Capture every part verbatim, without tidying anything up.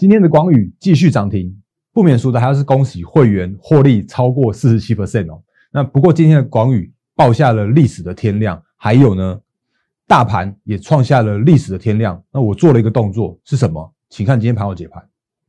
今天的广宇继续涨停，不免俗的还要是恭喜会员获利超过 百分之四十七 哦。那不过今天的广宇爆下了历史的天量，还有呢，大盘也创下了历史的天量。那我做了一个动作是什么？请看今天盘后解盘。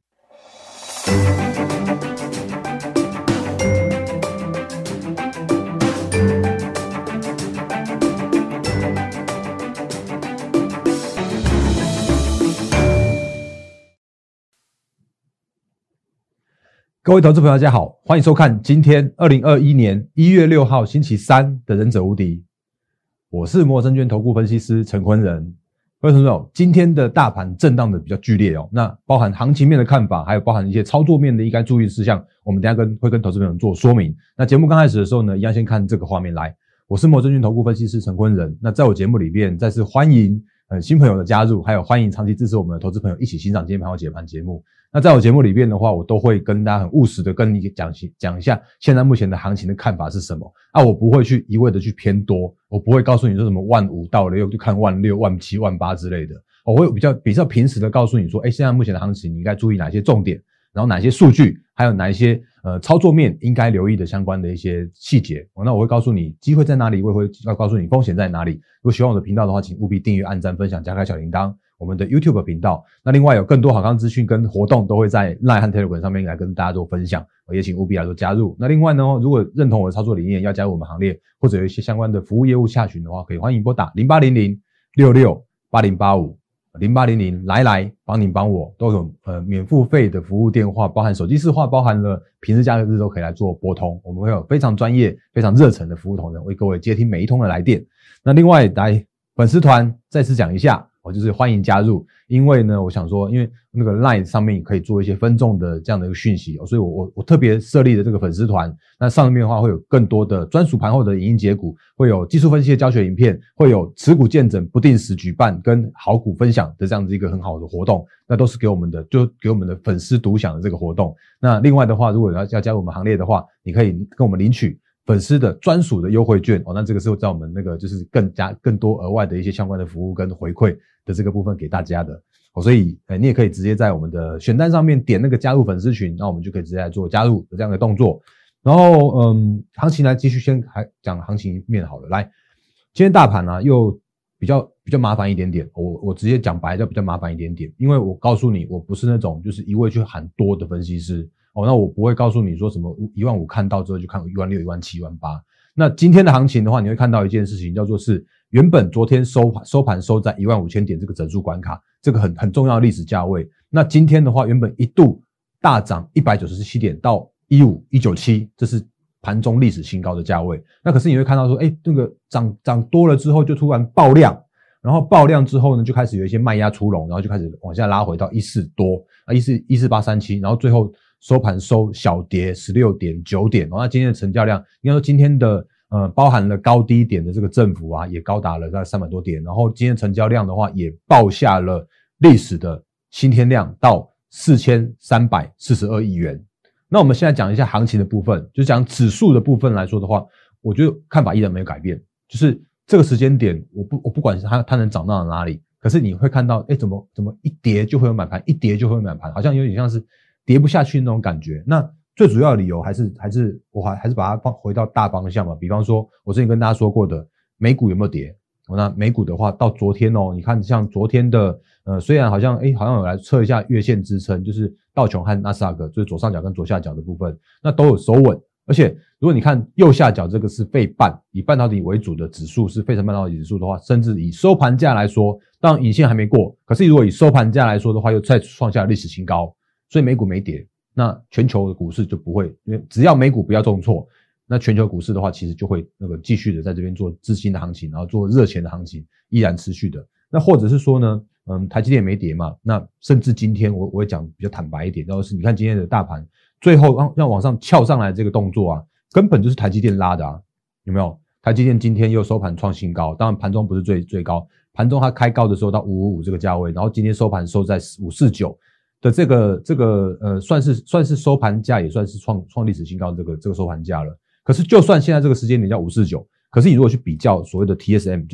各位投资朋友大家好，欢迎收看今天二零二一年一月六号星期三的忍者无敌。我是摩尔证券投顾分析师陈坤仁。各位投资朋友，今天的大盘震荡的比较剧烈哦，那包含行情面的看法，还有包含一些操作面的应该注意的事项，我们等一下跟会跟投资朋友做说明。那节目刚开始的时候呢，一样先看这个画面来。我是摩尔证券投顾分析师陈坤仁。那在我节目里面再次欢迎呃新朋友的加入，还有欢迎长期支持我们的投资朋友一起欣赏今天盘后解盘节目。那在我节目里面的话，我都会跟大家很务实的跟你讲讲一下现在目前的行情的看法是什么啊，我不会去一味的去偏多，我不会告诉你说什么万五到了又去看万六、万七、万八之类的，我会比较比较平时的告诉你说，哎，现在目前的行情你应该注意哪些重点，然后哪些数据，还有哪一些呃操作面应该留意的相关的一些细节。那我会告诉你机会在哪里，我也会要告诉你风险在哪里。如果喜欢我的频道的话，请务必订阅、按赞、分享、加开小铃铛。我们的 YouTube 频道，那另外有更多好康资讯跟活动都会在 Line 和 Telegram 上面来跟大家做分享，也请务必来做加入。那另外呢，如果认同我的操作理念，要加入我们行列，或者有一些相关的服务业务下询的话，可以欢迎拨打零八零零六六八零八五 零八零零来来帮您帮我，都有呃免付费的服务电话，包含手机市话，包含了平日假日都可以来做拨通，我们会有非常专业、非常热忱的服务同仁为各位接听每一通的来电。那另外来粉丝团再次讲一下。我就是欢迎加入，因为呢，我想说，因为那个 Line 上面可以做一些分众的这样的一个讯息，所以我我我特别设立的这个粉丝团，那上面的话会有更多的专属盘后的影音解股，会有技术分析的教学影片，会有持股见证不定时举办跟好股分享的这样子一个很好的活动，那都是给我们的，就给我们的粉丝独享的这个活动。那另外的话，如果要要加入我们行列的话，你可以跟我们领取粉丝的专属的优惠券哦，那这个是在我们那个就是更加更多额外的一些相关的服务跟回馈的这个部分给大家的哦，所以呃你也可以直接在我们的选单上面点那个加入粉丝群，那我们就可以直接来做加入的这样的动作。然后嗯，行情来继续先还讲行情面好了，来，今天大盘啊又比较比较麻烦一点点，我我直接讲白就比较麻烦一点点，因为我告诉你我不是那种就是一味去喊多的分析师。哦，那我不会告诉你说什么一万五看到之后就看一万六、一万七、一万八。那今天的行情的话，你会看到一件事情，叫做是原本昨天收收盘收在一万五千点这个整数关卡，这个很很重要的历史价位。那今天的话，原本一度大涨一百九十七点到一五一九七，这是盘中历史新高的价位。那可是你会看到说，哎，那个涨涨多了之后就突然爆量。然后爆量之后呢，就开始有一些卖压出笼，然后就开始往下拉回到一四多啊，一四一四八三七，然后最后收盘收小跌十六点九点哦。那今天的成交量，应该说今天的呃包含了高低点的这个振幅啊，也高达了大概三百多点。然后今天成交量的话，也爆下了历史的新天量到四千三百四十二亿元。那我们现在讲一下行情的部分，就讲指数的部分来说的话，我觉得看法依然没有改变，就是这个时间点，我不我不管它它能涨到哪里，可是你会看到，哎，怎么怎么一跌就会有买盘，一跌就会有买盘，好像有点像是跌不下去那种感觉。那最主要的理由还是还是我还还是把它放回到大方向嘛。比方说，我之前跟大家说过的，美股有没有跌？那美股的话，到昨天哦，你看像昨天的呃，虽然好像哎好像有来测一下月线支撑，就是道琼和纳斯达克，就是左上角跟左下角的部分，那都有守稳。而且如果你看右下角这个是费半，以半导体为主的指数是费城半导体指数的话，甚至以收盘价来说，当然影线还没过，可是如果以收盘价来说的话，又再创下历史新高，所以美股没跌，那全球的股市就不会，因为只要美股不要重挫，那全球股市的话其实就会那个继续的在这边做资金的行情，然后做热钱的行情依然持续的。那或者是说呢，嗯，台积电没跌嘛，那甚至今天我我会讲比较坦白一点，就是你看今天的大盘最后让让往上翘上来这个动作啊，根本就是台积电拉的啊，有没有？台积电今天又收盘创新高，当然盘中不是最最高，盘中它开高的时候到五五五这个价位，然后今天收盘收在五四九的这个这个呃算是算是收盘价，也算是创创历史新高的这个这个收盘价了。可是就算现在这个时间点叫五四九，可是你如果去比较所谓的 T S M， 就是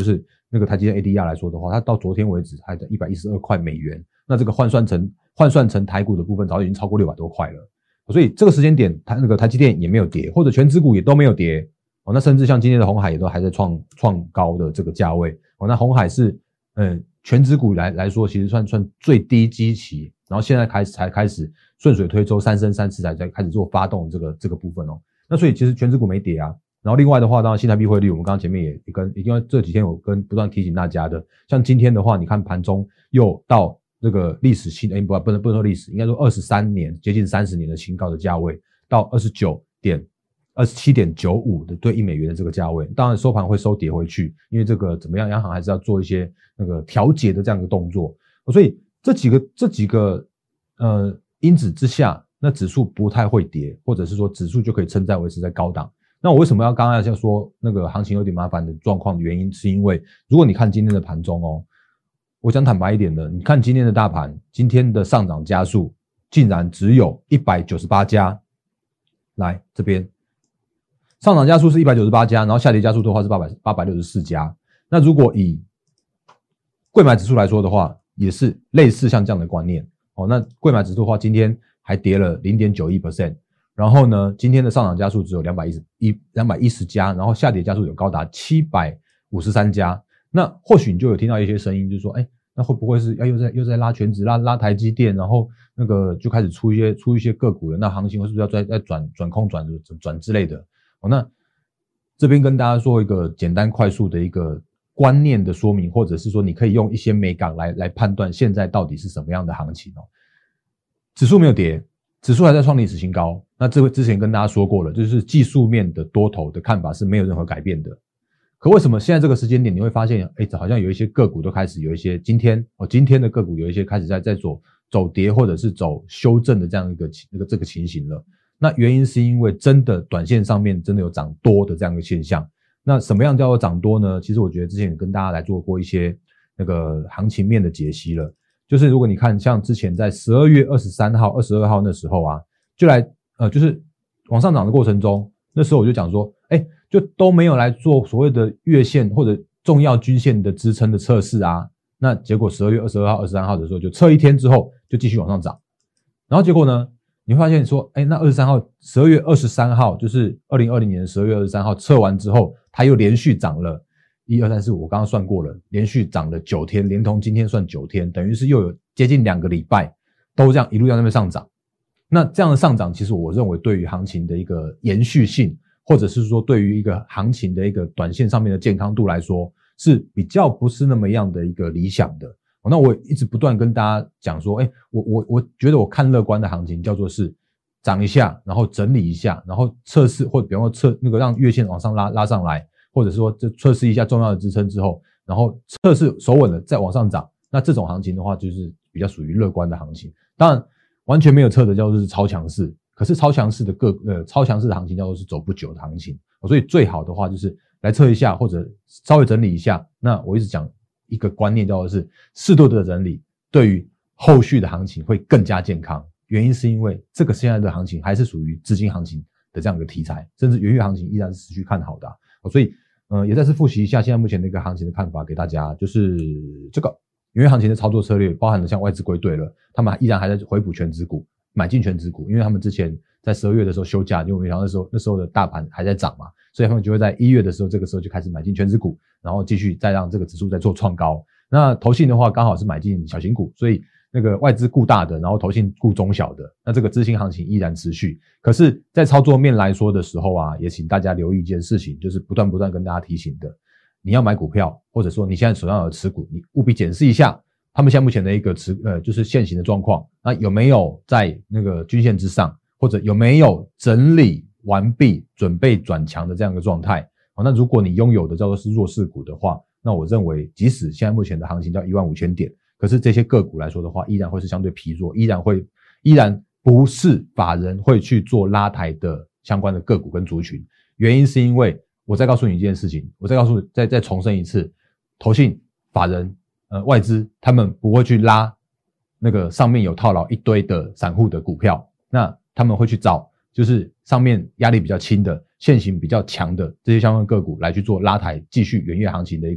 那个台积电 A D R 来说的话，它到昨天为止还在一百一十二块美元，那这个换算成换算成台股的部分，早就已经超过六百多块了。所以这个时间点，台那个台积电也没有跌，或者全指股也都没有跌哦。那甚至像今天的鸿海也都还在创创高的这个价位哦。那鸿海是嗯全指股来来说，其实算算最低基期，然后现在开始才开始顺水推舟，三升三次才才开始做发动这个这个部分哦。那所以其实全指股没跌啊。然后另外的话，当然新台币汇率，我们刚刚前面也跟因为这几天我跟不断提醒大家的，像今天的话，你看盘中又到这个历史新，哎，不，不能不能说历史，应该说二十三年，接近三十年的新高的价位，到二十九点二十七点九五的对一美元的这个价位，当然收盘会收跌回去，因为这个怎么样，央行还是要做一些那个调节的这样一个动作，所以这几个这几个呃因子之下，那指数不太会跌，或者是说指数就可以撑在维持在高档。那我为什么要刚刚要说那个行情有点麻烦的状况的原因，是因为如果你看今天的盘中哦。我讲坦白一点的，你看今天的大盘，今天的上涨家数竟然只有一百九十八家。来这边，上涨家数是一百九十八家，然后下跌家数的话是八百六十四家。那如果以柜买指数来说的话，也是类似像这样的观念哦。那柜买指数的话，今天还跌了 百分之零点九一， 然后呢，今天的上涨家数只有两百一十家，然后下跌家数有高达七百五十三家。那或许你就有听到一些声音，就是说，哎，那会不会是要又在又在拉全指、拉拉台积电，然后那个就开始出一些出一些个股了？那行情是不是要再再转转空转转之类的？哦，那这边跟大家说一个简单快速的一个观念的说明，或者是说你可以用一些美感来来判断现在到底是什么样的行情哦。指数没有跌，指数还在创历史新高。那这个之前跟大家说过了，就是技术面的多头的看法是没有任何改变的。可为什么现在这个时间点你会发现，哎，好像有一些个股都开始有一些今天哦，今天的个股有一些开始在在走走跌或者是走修正的这样一个那个这个情形了。那原因是因为真的短线上面真的有涨多的这样一个现象。那什么样叫做涨多呢？其实我觉得之前也跟大家来做过一些那个行情面的解析了。就是如果你看像之前在十二月二十三号、二十二号那时候啊，就来呃就是往上涨的过程中，那时候我就讲说，哎。就都没有来做所谓的月线或者重要均线的支撑的测试啊，那结果十二月二十二号、二十三号的时候就测一天之后就继续往上涨，然后结果呢，你会发现说，哎，那二十三号十二月二十三号就是二零二零年的十二月二十三号测完之后，它又连续涨了一二三四五，我刚刚算过了，连续涨了九天，连同今天算九天，等于是又有接近两个礼拜都这样一路在那边上涨。那这样的上涨，其实我认为对于行情的一个延续性，或者是说对于一个行情的一个短线上面的健康度来说，是比较不是那么样的一个理想的。那我一直不断跟大家讲说，哎，我我我觉得我看乐观的行情叫做是涨一下，然后整理一下，然后测试或者比方说测那个让月线往上拉拉上来，或者是说这测试一下重要的支撑之后，然后测试守稳了再往上涨。那这种行情的话，就是比较属于乐观的行情。当然，完全没有测的叫做是超强势。可是超强势的个呃超强势的行情叫做是走不久的行情，所以最好的话就是来测一下或者稍微整理一下。那我一直讲一个观念叫做是适度的整理，对于后续的行情会更加健康。原因是因为这个现在的行情还是属于资金行情的这样一个题材，甚至元月行情依然是持续看好的、啊。所以呃也再次复习一下现在目前的一个行情的看法给大家，就是这个元月行情的操作策略包含了像外资归队了，他们依然还在回补全指股。买进全指股，因为他们之前在十二月的时候休假，因为我们想那时候那时候的大盘还在涨嘛，所以他们就会在一月的时候，这个时候就开始买进全指股，然后继续再让这个指数再做创高。那投信的话，刚好是买进小型股，所以那个外资顾大的，然后投信顾中小的，那这个资金行情依然持续。可是，在操作面来说的时候啊，也请大家留意一件事情，就是不断不断跟大家提醒的，你要买股票，或者说你现在手上有持股，你务必检视一下。他们现在目前的一个持呃就是现行的状况，那有没有在那个均线之上，或者有没有整理完毕准备转强的这样一个状态？好，那如果你拥有的叫做是弱势股的话，那我认为即使现在目前的行情到一万五千点，可是这些个股来说的话，依然会是相对疲弱，依然会依然不是法人会去做拉抬的相关的个股跟族群。原因是因为我再告诉你一件事情，我再告诉再再重申一次，投信法人。呃，外资他们不会去拉那个上面有套牢一堆的散户的股票，那他们会去找就是上面压力比较轻的、现行比较强的这些相关个股来去做拉抬，继续元月行情的一个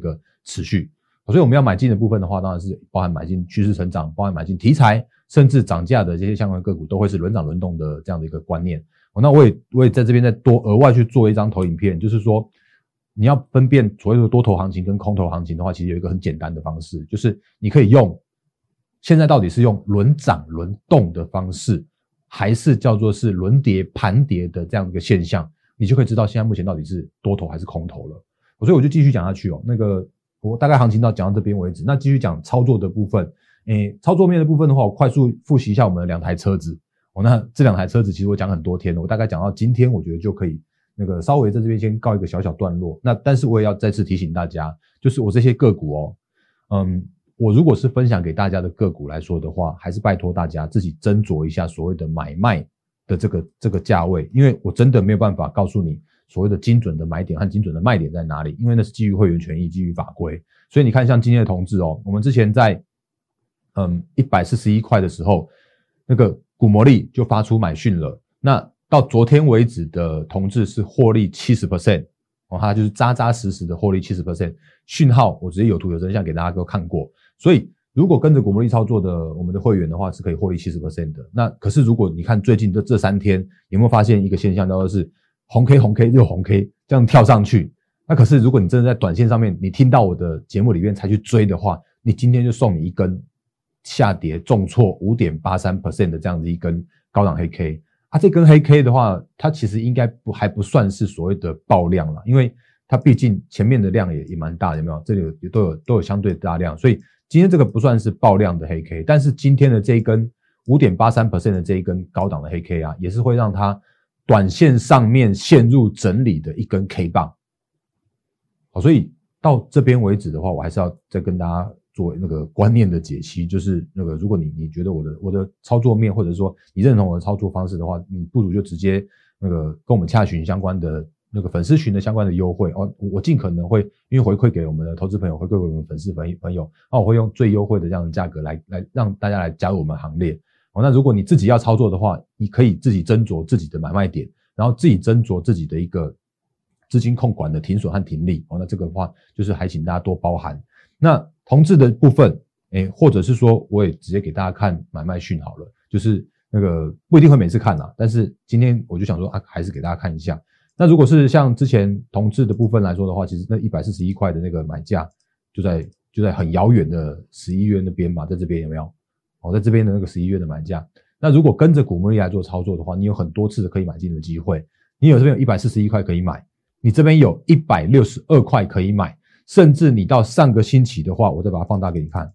持续。所以我们要买进的部分的话，当然是包含买进趋势成长，包含买进题材，甚至涨价的这些相关个股，都会是轮涨轮动的这样的一个观念。那我也我也在这边再多额外去做一张投影片，就是说你要分辨所谓的多头行情跟空头行情的话，其实有一个很简单的方式，就是你可以用现在到底是用轮涨轮动的方式，还是叫做是轮跌盘跌的这样一个现象，你就可以知道现在目前到底是多头还是空头了。所以我就继续讲下去哦，那个我大概行情到讲到这边为止，那继续讲操作的部分。诶，操作面的部分的话，我快速复习一下我们的两台车子。哦，那这两台车子其实我讲很多天了，我大概讲到今天，我觉得就可以那个稍微在这边先告一个小小段落。那但是我也要再次提醒大家，就是我这些个股哦，嗯，我如果是分享给大家的个股来说的话，还是拜托大家自己斟酌一下所谓的买卖的这个这个价位，因为我真的没有办法告诉你所谓的精准的买点和精准的卖点在哪里，因为那是基于会员权益、基于法规。所以你看，像今天的同志哦，我们之前在嗯一百四十一块的时候，那个股魔力就发出买讯了。那到昨天为止的同志是获利 百分之七十， 哦，它就是扎扎实实的获利 百分之七十。讯号我直接有图有真相给大家都看过。所以如果跟着股魔力操作的我们的会员的话，是可以获利 百分之七十 的。那可是如果你看最近的这三天，有没有发现一个现象，叫做是红 K 红 K 又红 K 这样跳上去？那可是如果你真的在短线上面，你听到我的节目里面才去追的话，你今天就送你一根下跌重挫 百分之五点八三 的这样子一根高档黑 K。啊，这根黑 K 的话，它其实应该不还不算是所谓的爆量啦，因为它毕竟前面的量也也蛮大的，有没有？这里有都有都有相对大量，所以今天这个不算是爆量的黑 K， 但是今天的这一根 百分之五点八三 的这一根高档的黑 K 啊，也是会让它短线上面陷入整理的一根 K 棒。好，所以到这边为止的话，我还是要再跟大家做那个观念的解析，就是那个如果你你觉得我的我的操作面，或者说你认同我的操作方式的话，你不如就直接那个跟我们洽询相关的那个粉丝群的相关的优惠哦，我尽可能会因为回馈给我们的投资朋友，回馈给我们粉丝朋友，那我会用最优惠的这样的价格来来让大家来加入我们行列。哦，那如果你自己要操作的话，你可以自己斟酌自己的买卖点，然后自己斟酌自己的一个资金控管的停损和停利。哦，那这个的话就是还请大家多包涵。那同志的部分，诶，或者是说我也直接给大家看买卖讯好了，就是那个不一定会每次看啦，但是今天我就想说啊，还是给大家看一下。那如果是像之前同志的部分来说的话，其实那一百四十一块的那个买价就在就在很遥远的十一月那边嘛，在这边有没有？哦，在这边的那个十一月的买价。那如果跟着股魔力来做操作的话，你有很多次的可以买进的机会。你有这边有一百四十一块可以买，你这边有一百六十二块可以买，甚至你到上个星期的话，我再把它放大给你看。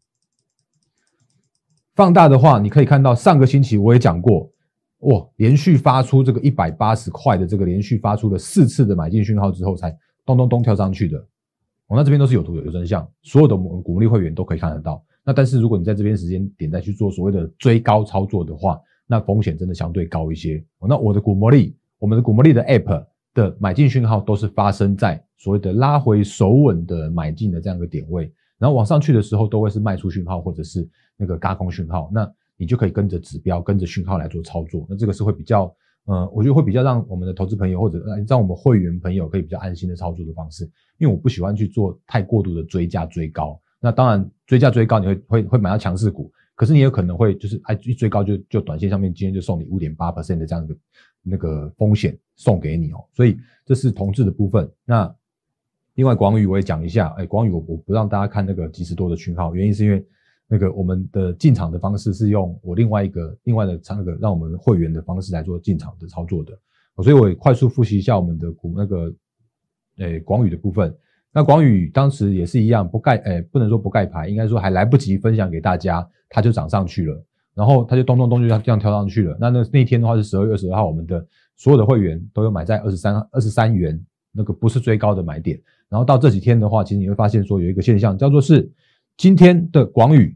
放大的话，你可以看到上个星期我也讲过，哇，连续发出这个一百八十块的这个连续发出了四次的买进讯号之后，才咚咚咚跳上去的。哦，那这边都是有图有真相，所有的我们股魔力会员都可以看得到。那但是如果你在这边时间点再去做所谓的追高操作的话，那风险真的相对高一些。哦，那我的股魔力，我们的股魔力的 App 的买进讯号都是发生在所谓的拉回守稳的买进的这样一个点位，然后往上去的时候都会是卖出讯号或者是那个轧空讯号，那你就可以跟着指标跟着讯号来做操作。那这个是会比较呃，我觉得会比较让我们的投资朋友或者让我们会员朋友可以比较安心的操作的方式，因为我不喜欢去做太过度的追价追高。那当然追价追高你会会会买到强势股，可是你有可能会就是哎一追高就就短线上面今天就送你 百分之五点八 的这样的那个风险送给你哦，所以这是同志的部分。那另外广宇我也讲一下，哎，广宇我我不让大家看那个即时多的讯号，原因是因为那个我们的进场的方式是用我另外一个另外的那个让我们会员的方式来做进场的操作的，所以我也快速复习一下我们的股那个诶广宇的部分。那广宇当时也是一样，不盖诶不能说不盖牌，应该说还来不及分享给大家，它就涨上去了，然后它就咚咚咚就这样跳上去了。那那那天的话是十二月二十二号，我们的所有的会员都有买在二十三二十三元，那个不是最高的买点。然后到这几天的话，其实你会发现说有一个现象叫做是今天的广宇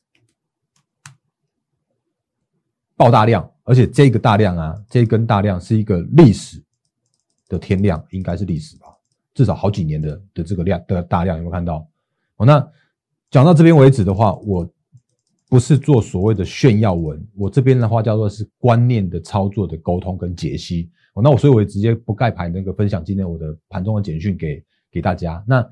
爆大量，而且这个大量啊，这一根大量是一个历史的天量，应该是历史吧，至少好几年的的这个量的大量，有没有看到？哦，那讲到这边为止的话，我不是做所谓的炫耀文，我这边的话叫做是观念的操作的沟通跟解析。哦，那我所以我也直接不盖牌那个分享今天我的盘中的简讯给给大家。那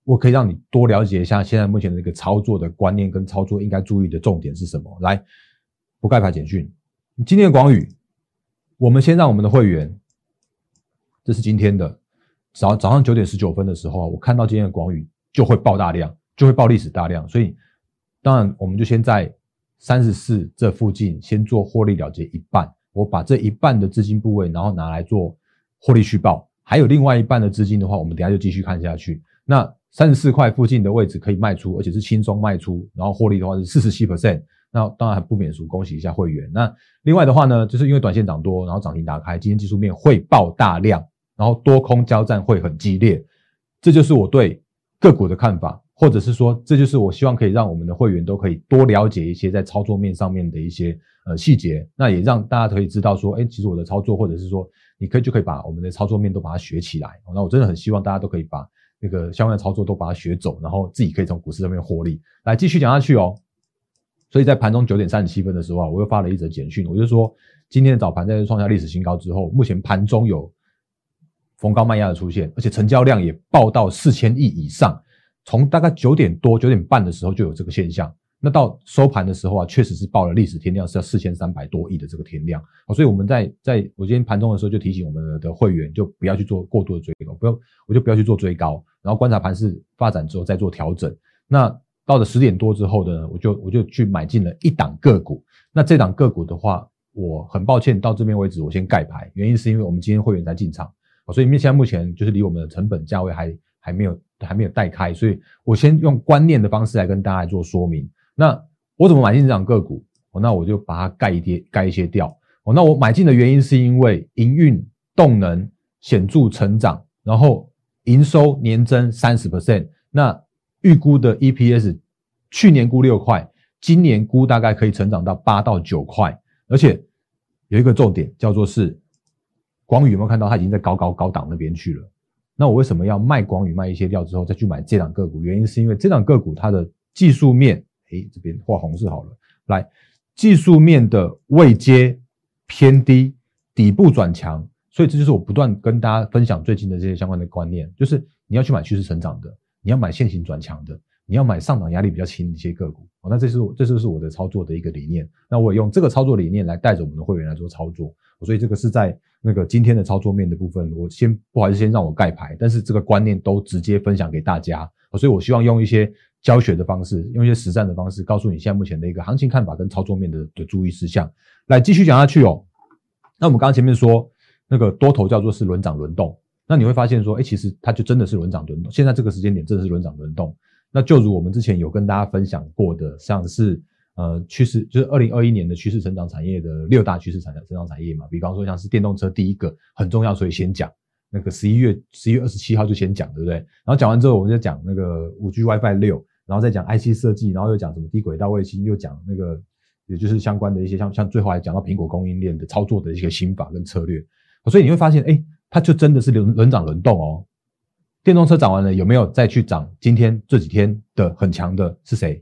我可以让你多了解一下现在目前的一个操作的观念跟操作应该注意的重点是什么。来，不盖牌简讯，今天的广宇，我们先让我们的会员，这是今天的早早上九点十九分的时候，我看到今天的广宇就会爆大量，就会爆历史大量，所以当然我们就先在三十四这附近先做获利了结一半，我把这一半的资金部位然后拿来做获利续报，还有另外一半的资金的话，我们等一下就继续看下去。那三十四块附近的位置可以卖出，而且是轻松卖出，然后获利的话是 百分之四十七， 那当然还不免俗，恭喜一下会员。那另外的话呢，就是因为短线涨多，然后涨停打开，今天技术面会爆大量，然后多空交战会很激烈，这就是我对个股的看法，或者是说这就是我希望可以让我们的会员都可以多了解一些在操作面上面的一些呃细节，那也让大家可以知道说，诶，其实我的操作，或者是说你可以就可以把我们的操作面都把它学起来。那我真的很希望大家都可以把那个相关的操作都把它学走，然后自己可以从股市上面获利。来继续讲下去哦。所以在盘中九点三十七分的时候啊，我又发了一则简讯，我就说今天的早盘在创下历史新高之后，目前盘中有逢高卖压的出现，而且成交量也爆到四千亿以上，从大概九点多九点半的时候就有这个现象，那到收盘的时候啊，确实是爆了历史天量，是要四千三百多亿的这个天量。所以我们在在我今天盘中的时候就提醒我们的会员，就不要去做过度的追高，不要我就不要去做追高，然后观察盘势发展之后再做调整。那到了十点多之后呢，我就我就去买进了一档个股。那这档个股的话，我很抱歉到这边为止我先盖牌，原因是因为我们今天会员才进场，所以现在目前就是离我们的成本价位还还没有还没有带开，所以我先用观念的方式来跟大家来做说明。那我怎么买进这档个股？那我就把它盖一些盖一些掉。那我买进的原因是因为营运动能显著成长，然后营收年增 百分之三十， 那预估的 E P S 去年估六块，今年估大概可以成长到八到九块，而且有一个重点叫做是广宇有没有看到它已经在高高高档那边去了？那我为什么要卖广宇卖一些掉之后再去买这档个股？原因是因为这档个股它的技术面，诶，这边画红字好了，来，技术面的位阶偏低，底部转强，所以这就是我不断跟大家分享最近的这些相关的观念，就是你要去买趋势成长的，你要买现行转强的，你要买上档压力比较轻的一些个股。哦，那这是这就是我的操作的一个理念。那我也用这个操作理念来带着我们的会员来做操作。所以这个是在那个今天的操作面的部分，我先不好意思先让我盖牌，但是这个观念都直接分享给大家。所以我希望用一些教学的方式，用一些实战的方式，告诉你现在目前的一个行情看法跟操作面的的注意事项。来继续讲下去哦。那我们刚刚前面说那个多头叫做是轮涨轮动，那你会发现说，诶，其实它就真的是轮涨轮动。现在这个时间点真的是轮涨轮动。那就如我们之前有跟大家分享过的，像是呃趋势，就是二零二一年的趋势成长产业的六大趋势成长产业嘛，比方说像是电动车第一个很重要，所以先讲。那个十一月十一月二十七号就先讲，对不对？然后讲完之后，我们就讲那个 五 G WiFi 六，然后再讲 I C 设计，然后又讲什么低轨道卫星，又讲那个也就是相关的一些像像最后还讲到苹果供应链的操作的一些心法跟策略。所以你会发现，诶，它就真的是轮轮涨轮动哦。电动车涨完了，有没有再去涨？今天这几天的很强的是谁？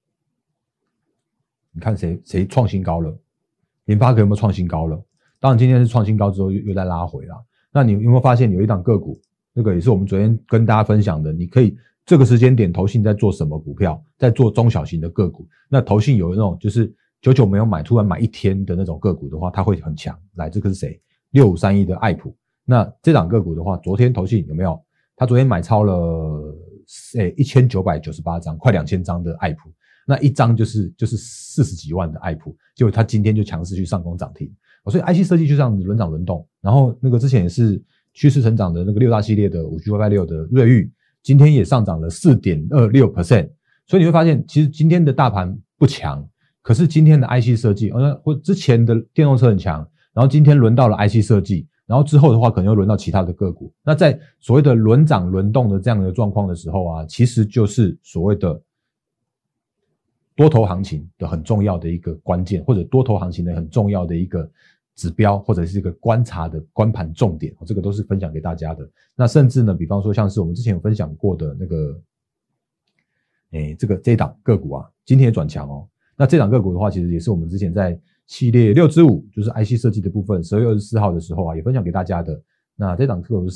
你看谁谁创新高了？联发科有没有创新高了？当然今天是创新高之后又又再拉回啦。那你有没有发现有一档个股，那个也是我们昨天跟大家分享的，你可以这个时间点投信在做什么股票，在做中小型的个股。那投信有那种就是久久没有买，突然买一天的那种个股的话，它会很强。来，这个是谁？六五三一的爱普。那这档个股的话，昨天投信有没有？他昨天买超了诶一千九百九十八张，快两千张的爱普。那一张就是就是四十几万的爱普，结果他今天就强势去上攻涨停。所以 I C 设计就这样子轮涨轮动，然后那个之前也是趋势成长的那个六大系列的 五 G WiFi 六的瑞昱，今天也上涨了 百分之四点二六。 所以你会发现其实今天的大盘不强，可是今天的 I C 设计或之前的电动车很强，然后今天轮到了 I C 设计，然后之后的话可能又轮到其他的个股。那在所谓的轮涨轮动的这样的状况的时候啊，其实就是所谓的多头行情的很重要的一个关键，或者多头行情的很重要的一个指标，或者是一个观察的观盘重点，这个都是分享给大家的。那甚至呢，比方说像是我们之前有分享过的那个，诶，这个这一档个股啊，今天也转强哦。那这档个股的话，其实也是我们之前在系列六之五，就是 I C 设计的部分，十二月二十四号的时候啊，也分享给大家的。那这档个股是谁？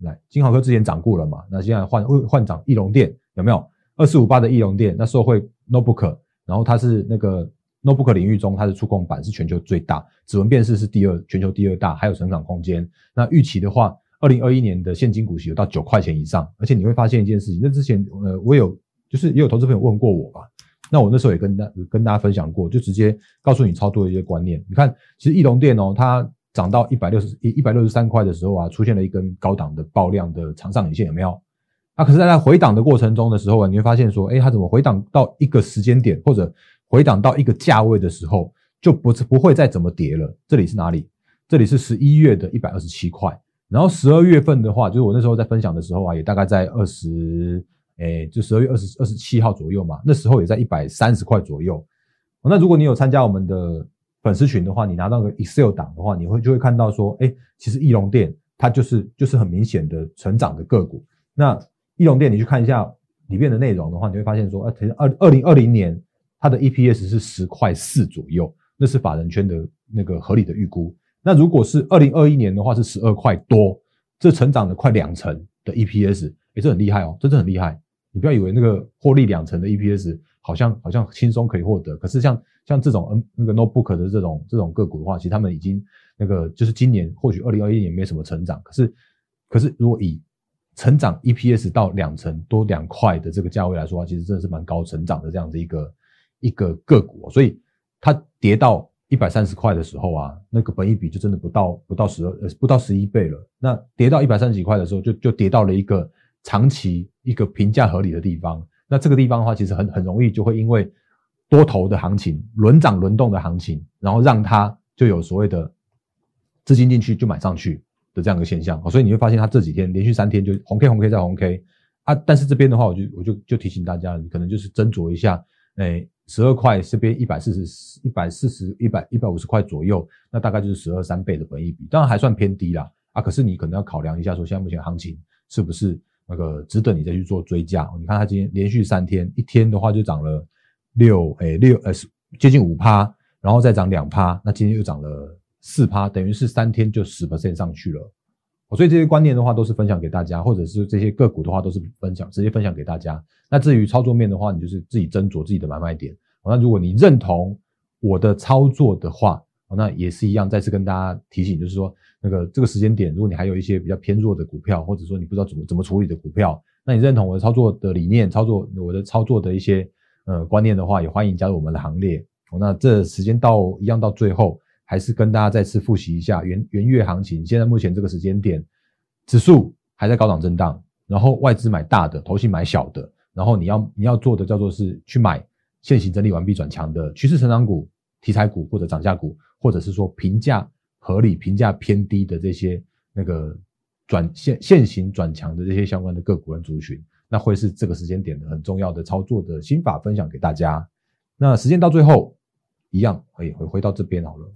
来，金豪科之前涨过了嘛，那现在换换涨翼龙电有没有？二四五八的翼龙电，那受惠 notebook， 然后它是那个 notebook 领域中，它的触控板是全球最大，指纹辨识是第二，全球第二大，还有成长空间。那预期的话，二零二一年的现金股息有到九块钱以上，而且你会发现一件事情，那之前呃我有就是也有投资朋友问过我吧，那我那时候也跟大跟大家分享过，就直接告诉你操作的一些观念。你看，其实翼龙电哦，它涨到一百六十一百六十三块的时候啊，出现了一根高档的爆量的长上影线，有没有？那、啊、可是在它回档的过程中的时候啊，你会发现说，诶，它怎么回档到一个时间点，或者回档到一个价位的时候，就不不会再怎么跌了。这里是哪里？这里是十一月的一百二十七块。然后十二月份的话，就是我那时候在分享的时候啊，也大概在二十，诶，就十二月二十二十七号左右嘛，那时候也在一百三十块左右。哦、那如果你有参加我们的粉丝群的话，你拿到个 Excel 档的话，你会就会看到说，诶，其实翼龙电它就是就是很明显的成长的个股。那翼龙电你去看一下里面的内容的话，你会发现说，啊，其实二零二零年它的 E P S 是十块四左右，那是法人圈的那个合理的预估。那如果是二零二一年的话是十二块多，这成长了快两成的 E P S， 诶，这很厉害哦，真的很厉害。你不要以为那个获利两成的 E P S 好像好像轻松可以获得，可是像像这种嗯那个 notebook 的这种这种个股的话，其实他们已经那个就是今年或许二零二一年没什么成长，可是可是如果以成长 E P S 到两成多两块的这个价位来说的话，其实真的是蛮高成长的这样的一个一个个股、哦，所以它跌到一百三十块的时候啊，那个本益比就真的不到不到十二呃不到十一倍了。那跌到一百三十几块的时候就就跌到了一个长期一个评价合理的地方。那这个地方的话，其实很很容易就会因为多头的行情、轮涨轮动的行情，然后让它就有所谓的资金进去就买上去的这样一个现象。所以你会发现它这几天连续三天就红 K 红 K 再红 K 啊，但是这边的话我就我就就提醒大家，你可能就是斟酌一下，诶十二块这边一百四十 一百四十 一百 一百五十块左右，那大概就是十二三倍的本益比，当然还算偏低啦啊，可是你可能要考量一下说现在目前行情是不是那个值得你再去做追加。你看它今天连续三天，一天的话就涨了六诶六呃接近 百分之五， 然后再涨 百分之二， 那今天又涨了 百分之四， 等于是三天就 百分之十 上去了。所以这些观念的话都是分享给大家，或者是这些个股的话都是分享直接分享给大家。那至于操作面的话，你就是自己斟酌自己的买卖点。那如果你认同我的操作的话，那也是一样，再次跟大家提醒，就是说那个这个时间点，如果你还有一些比较偏弱的股票，或者说你不知道怎么怎么处理的股票，那你认同我的操作的理念，操作我的操作的一些呃观念的话，也欢迎加入我们的行列。那这时间到一样到最后，还是跟大家再次复习一下元元月行情。现在目前这个时间点，指数还在高档震荡，然后外资买大的，投信买小的，然后你要你要做的叫做是去买现行整理完毕转强的趋势成长股、题材股或者涨价股，或者是说评价合理、评价偏低的这些那个转现现行转强的这些相关的个股跟族群，那会是这个时间点的很重要的操作的心法分享给大家。那时间到最后一样可以回回到这边好了。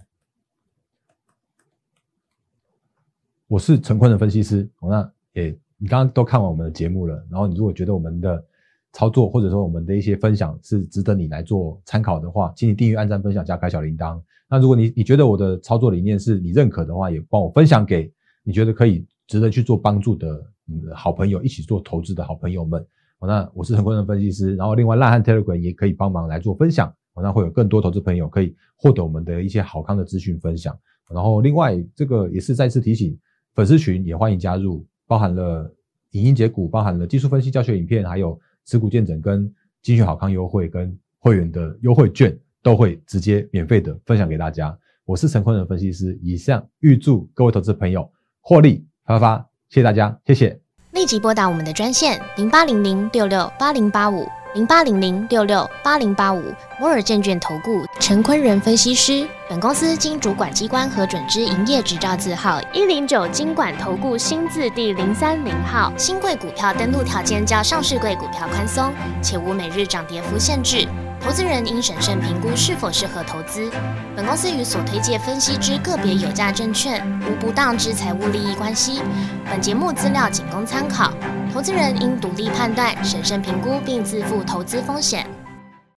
我是陈坤的分析师，那也你刚刚都看完我们的节目了，然后你如果觉得我们的操作或者说我们的一些分享是值得你来做参考的话，请你订阅、按赞、分享加开小铃铛。那如果你你觉得我的操作理念是你认可的话，也帮我分享给你觉得可以值得去做帮助的你的好朋友，一起做投资的好朋友们。那我是陈坤的分析师，然后另外 LINE 和 Telegram 也可以帮忙来做分享，那会有更多投资朋友可以获得我们的一些好康的资讯分享。然后另外这个也是再次提醒，粉丝群也欢迎加入，包含了影音解股，包含了技术分析教学影片，还有持股见证跟精选好康优惠跟会员的优惠券都会直接免费的分享给大家。我是陈坤的分析师，以上预祝各位投资朋友获利发发，谢谢大家，谢谢。 立即拨打我们的专线零八零零六六八零八五 零八零零六六八零八五摩尔证券投顾陈坤仁分析师。本公司经主管机关核准之营业执照字号一零九金管投顾新字第零三零号。新贵股票登录条件较上市贵股票宽松，且无每日涨跌幅限制。投资人应审慎评估是否适合投资。本公司与所推介分析之个别有价证券无不当之财务利益关系。本节目资料仅供参考，投资人应独立判断、审慎评估并自负投资风险。